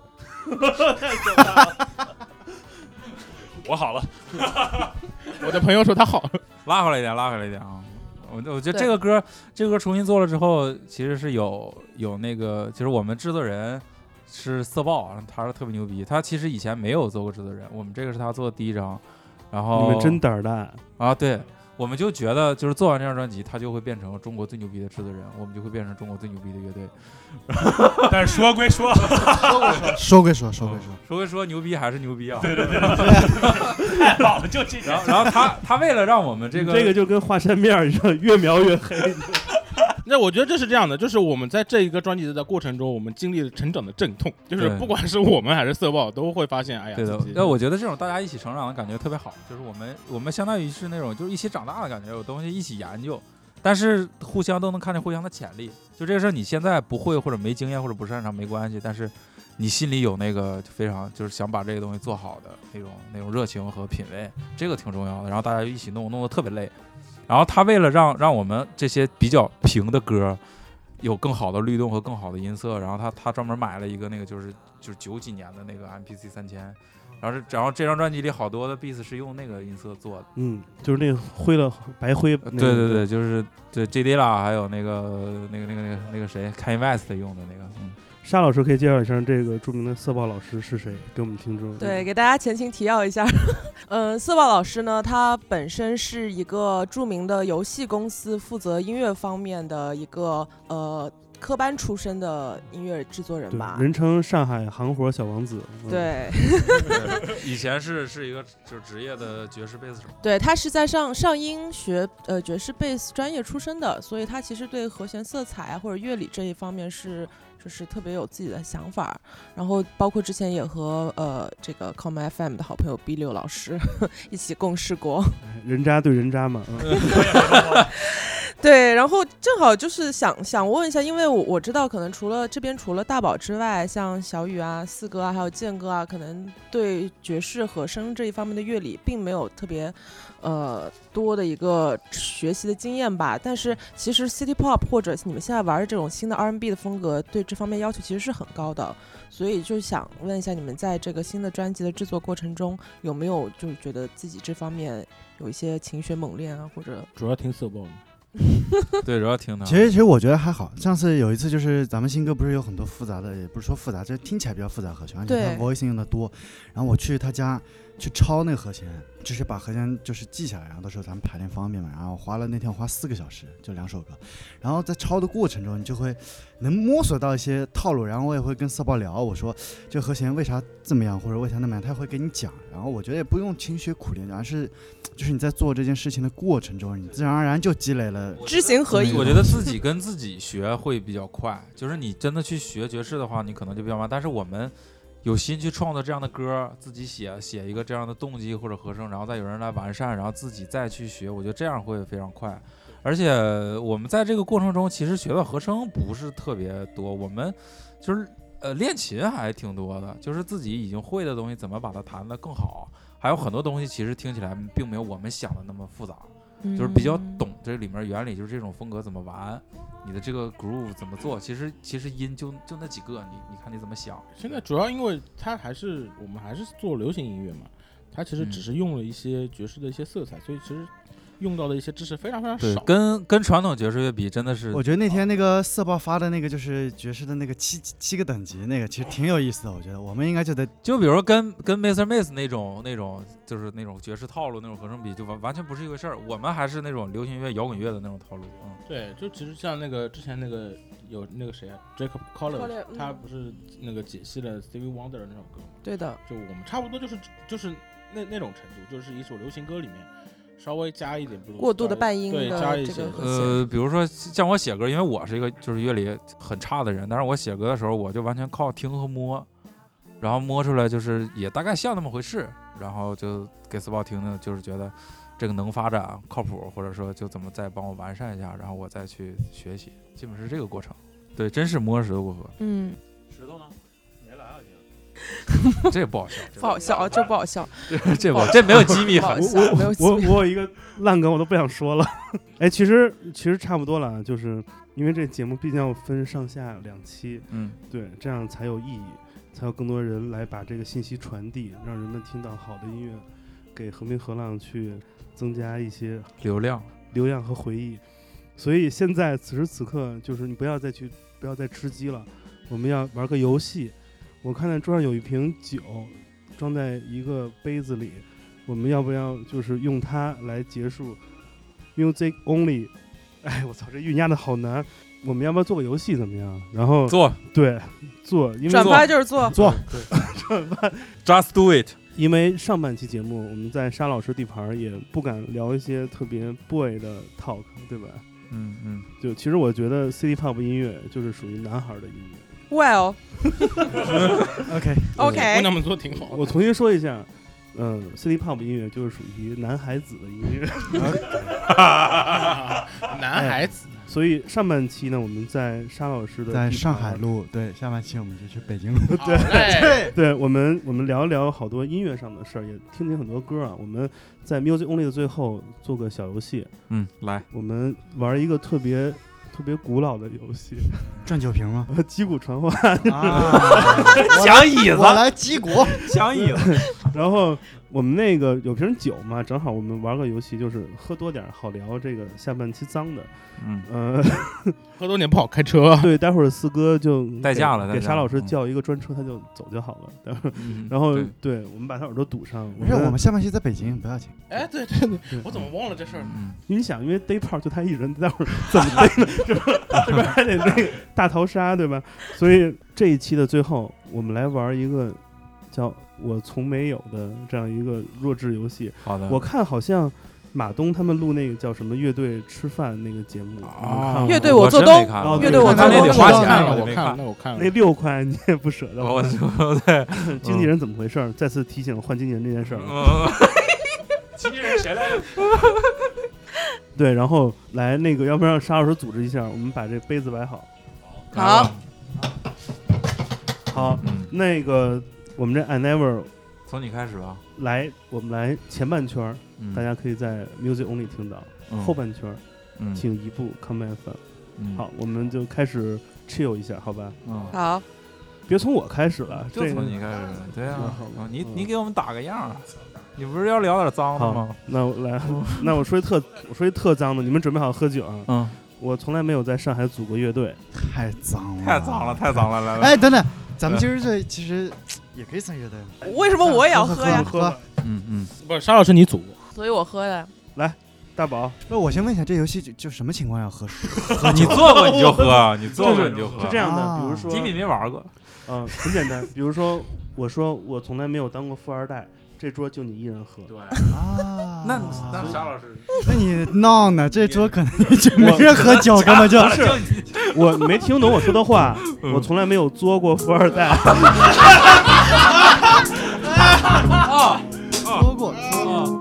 我好了， 我的朋友说他好了， 拉回来一点，拉回来一点啊！我我觉得这个歌，这个歌重新做了之后，其实是有有那个，就是我们制作人是色爆，他是特别牛逼，他其实以前没有做过制作人，我们这个是他做的第一张，然后你们真胆大啊！对，我们就觉得就是做完这张专辑，他就会变成中国最牛逼的制作人，我们就会变成中国最牛逼的乐队。 但是说归说， 说归说，说归说， 说归说，牛逼还是牛逼啊！ 对对对，太好了，就这。 然后，然后他他为了让我们这个这个就跟华山面一样，越描越黑。 那我觉得这是这样的，就是我们在这一个专辑的过程中，我们经历了成长的阵痛，就是不管是我们还是色爆，都会发现，哎呀， 对的。那我觉得这种大家一起成长的感觉特别好，就是我们我们相当于是那种就是一起长大的感觉，有东西一起研究，但是互相都能看见互相的潜力。就这个事儿，你现在不会或者没经验或者不擅长没关系，但是你心里有那个非常就是想把这个东西做好的那种那种热情和品味，这个挺重要的。然后大家就一起弄，弄得特别累。然后他为了让让我们这些比较平的歌有更好的律动和更好的音色，然后他他专门买了一个那个就是就是九几年的那个 M P C 三千，然后然后这张专辑里好多的 beats 是用那个音色做的， 嗯，就是那个灰了白灰、那个， 对对对，就是对 J D 啦，还有那个那个那个那个那个谁 Kanye West 用的那个，嗯。 沙老师可以介绍一下这个著名的色爆老师是谁，给我们听众。 对，给大家前情提要一下。嗯，色爆老师呢，他本身是一个著名的游戏公司负责音乐方面的一个呃科班出身的音乐制作人吧， 人称上海行活小王子。 嗯、对， 以前是是一个就职业的爵士贝斯手。 对，他是在上上音学呃爵士贝斯专业出身的，所以他其实对和弦色彩或者乐理这一方面是就是特别有自己的想法。然后包括之前也和呃这个 Com F M 的好朋友 B 六老师一起共事过。 人渣对人渣嘛。嗯对，然后正好就是想想问一下，因为我我知道可能除了这边除了大宝之外，像小雨啊、四哥啊，还有健哥啊，可能对爵士和声这一方面的乐理并没有特别呃多的一个学习的经验吧。但是其实 City Pop 或者你们现在玩的这种新的 R and B 的风格，对这方面要求其实是很高的。所以就想问一下，你们在这个新的专辑的制作过程中，有没有就是觉得自己这方面有一些勤学猛练啊，或者主要听色爆。 对，主要听他。 其实其实我觉得还好。上次有一次就是咱们新歌不是有很多复杂的，也不是说复杂，就听起来比较复杂和弦，而且他 voicing 用的多。然后我去他家去抄那个和弦，就是把和弦就是记下来，然后到时候咱们排练方便嘛。然后花了那天花四个小时，就两首歌。然后在抄的过程中，你就会能摸索到一些套路。然后我也会跟色爆聊，我说这个和弦为啥这么样，或者为啥那么样，他会给你讲。然后我觉得也不用勤学苦练，而是就是你在做这件事情的过程中，你自然而然就积累了知行合一。 我觉得自己跟自己学会比较快，就是你真的去学爵士的话，你可能就比较慢。但是我们有心去创作这样的歌，自己写写一个这样的动机或者和声，然后再有人来完善，然后自己再去学，我觉得这样会非常快。而且我们在这个过程中，其实学到和声不是特别多，我们就是呃练琴还挺多的，就是自己已经会的东西怎么把它弹得更好。还有很多东西其实听起来并没有我们想的那么复杂，就是比较懂这里面原理，就是这种风格怎么玩，你的这个 groove 怎么做，其实其实音就就那几个，你你看你怎么想。 现在主要因为它还是我们还是做流行音乐嘛，它其实只是用了一些爵士的一些色彩，所以其实用到的一些知识非常非常少。 跟跟传统爵士乐比，真的是。 我觉得那天那个色爆发的那个就是爵士的那个七七个等级，那个其实挺有意思的。我觉得我们应该就得， 就比如说跟跟 Mister Miss 那种那种就是那种爵士套路那种和声比，就完完全不是一回事儿。我们还是那种流行乐、摇滚乐的那种套路。嗯， 对，就其实像那个之前那个有那个谁啊 ，Jacob Collier， 他不是那个解析了 Stevie Wonder 的那首歌吗？ 对的， 就我们差不多就是就是那那种程度，就是一首流行歌里面。稍微加一点过度的半音的加一些呃，比如说像我写歌，因为我是一个就是乐理很差的人，但是我写歌的时候我就完全靠听和摸，然后摸出来就是也大概像那么回事，然后就给四宝听的，就是觉得这个能发展靠谱，或者说就怎么再帮我完善一下，然后我再去学习，基本是这个过程。对，真是摸石头过河。 嗯， 石头呢？没来啊， 这不好笑， 不好笑，这不好笑， 这不这没有机密我我我我有一个烂梗，我都不想说了。哎，其实其实差不多了，就是因为这节目毕竟要分上下两期， 嗯， 对，这样才有意义，才有更多人来把这个信息传递，让人们听到好的音乐，给和平河浪去增加一些流量、 流量和回忆。所以现在此时此刻，就是你不要再去不要再吃鸡了，我们要玩个游戏。我看见桌上有一瓶酒，装在一个杯子里，我们要不要就是用它来结束 Music Only？ 哎，我操，这韵押的好难。我们要不要做个游戏怎么样？然后做， 对，做，因为转发就是做， 做，对，转发 ，Just do it。 因为上半期节目我们在沙老师地盘也不敢聊一些特别 boy 的 talk， 对吧？ 嗯嗯， 就其实我觉得 City Pop 音乐就是属于男孩的音乐。 Well， OK OK， 姑娘们做挺好。 我重新说一下，嗯 ，City Pop 音乐就是属于男孩子的音乐。 男孩子。 所以上半期呢，我们在沙老师的在上海录，对，下半期我们就去北京录， 对对对，我们我们聊一聊好多音乐上的事儿，也听听很多歌啊。我们在 Music Only 的最后做个小游戏， 嗯，来， 我们玩一个特别特别古老的游戏， 转酒瓶吗？ 击鼓传话， 啊、 抢椅子， 我来击鼓， 抢椅子。 然后我们那个有瓶酒嘛，正好我们玩个游戏，就是喝多点好聊这个下半期脏的。 嗯， 呃， 喝多点不好开车。 对，待会儿四哥就代驾了， 给沙老师叫一个专车，他就走就好了。 嗯、 然后对，对我们把他耳朵堵上。 没事，我们下半期在北京，不要紧。 哎，对对对，我怎么忘了这事儿？ 嗯， 你想，因为逮炮就他一人，待会儿怎么逮呢？是吧？这边还得那个大逃杀，对吧？所以这一期的最后，我们来玩一个叫我从没有的这样一个弱智游戏。 好的， 我看好像马东他们录那个叫什么乐队吃饭那个节目啊， 乐队我做东，乐队我做东， 得花钱了，我看，那我看了， 那六块你也不舍得。 我对经纪人怎么回事？再次提醒换经纪人这件事儿。 经纪人谁来着？ 对，然后来那个，要不然让沙老师组织一下，我们把这杯子摆好。 好， 好， 嗯， 那个我们这 I Never 从你开始吧。 来，我们来前半圈， 嗯、 大家可以在 Music Only 听到， 嗯、 后半圈， 嗯， 请移步 Come F M。 嗯， 好，我们就开始 chill 一下，好吧？ 嗯， 好， 别从我开始了， 就从你开始。对啊， 嗯、 你你给我们打个样啊！你不是要聊点脏的吗？ 那我来，那我说一特，我说一特脏的，你们准备好喝酒啊？ 嗯， 我从来没有在上海组过乐队， 太脏了， 太脏了，太脏了！来来， 哎，等等，咱们今儿这其实也可以算乐队。 为什么我也要喝呀？ 喝， 嗯嗯， 不是沙老师你组， 所以我喝的。 来，大宝， 那我先问一下，这游戏就就什么情况要喝？ 你做过你就喝，你做过你就喝。 是这样的，比如说吉米没玩过， 嗯，很简单，比如说我说我从来没有当过富二代。这桌就你一人喝， 对啊， 那那沙老师， 那你闹呢？这桌可能就没人喝酒，根本就是我没听懂我说的话，我从来没有作过富二代。 啊，作过，作过。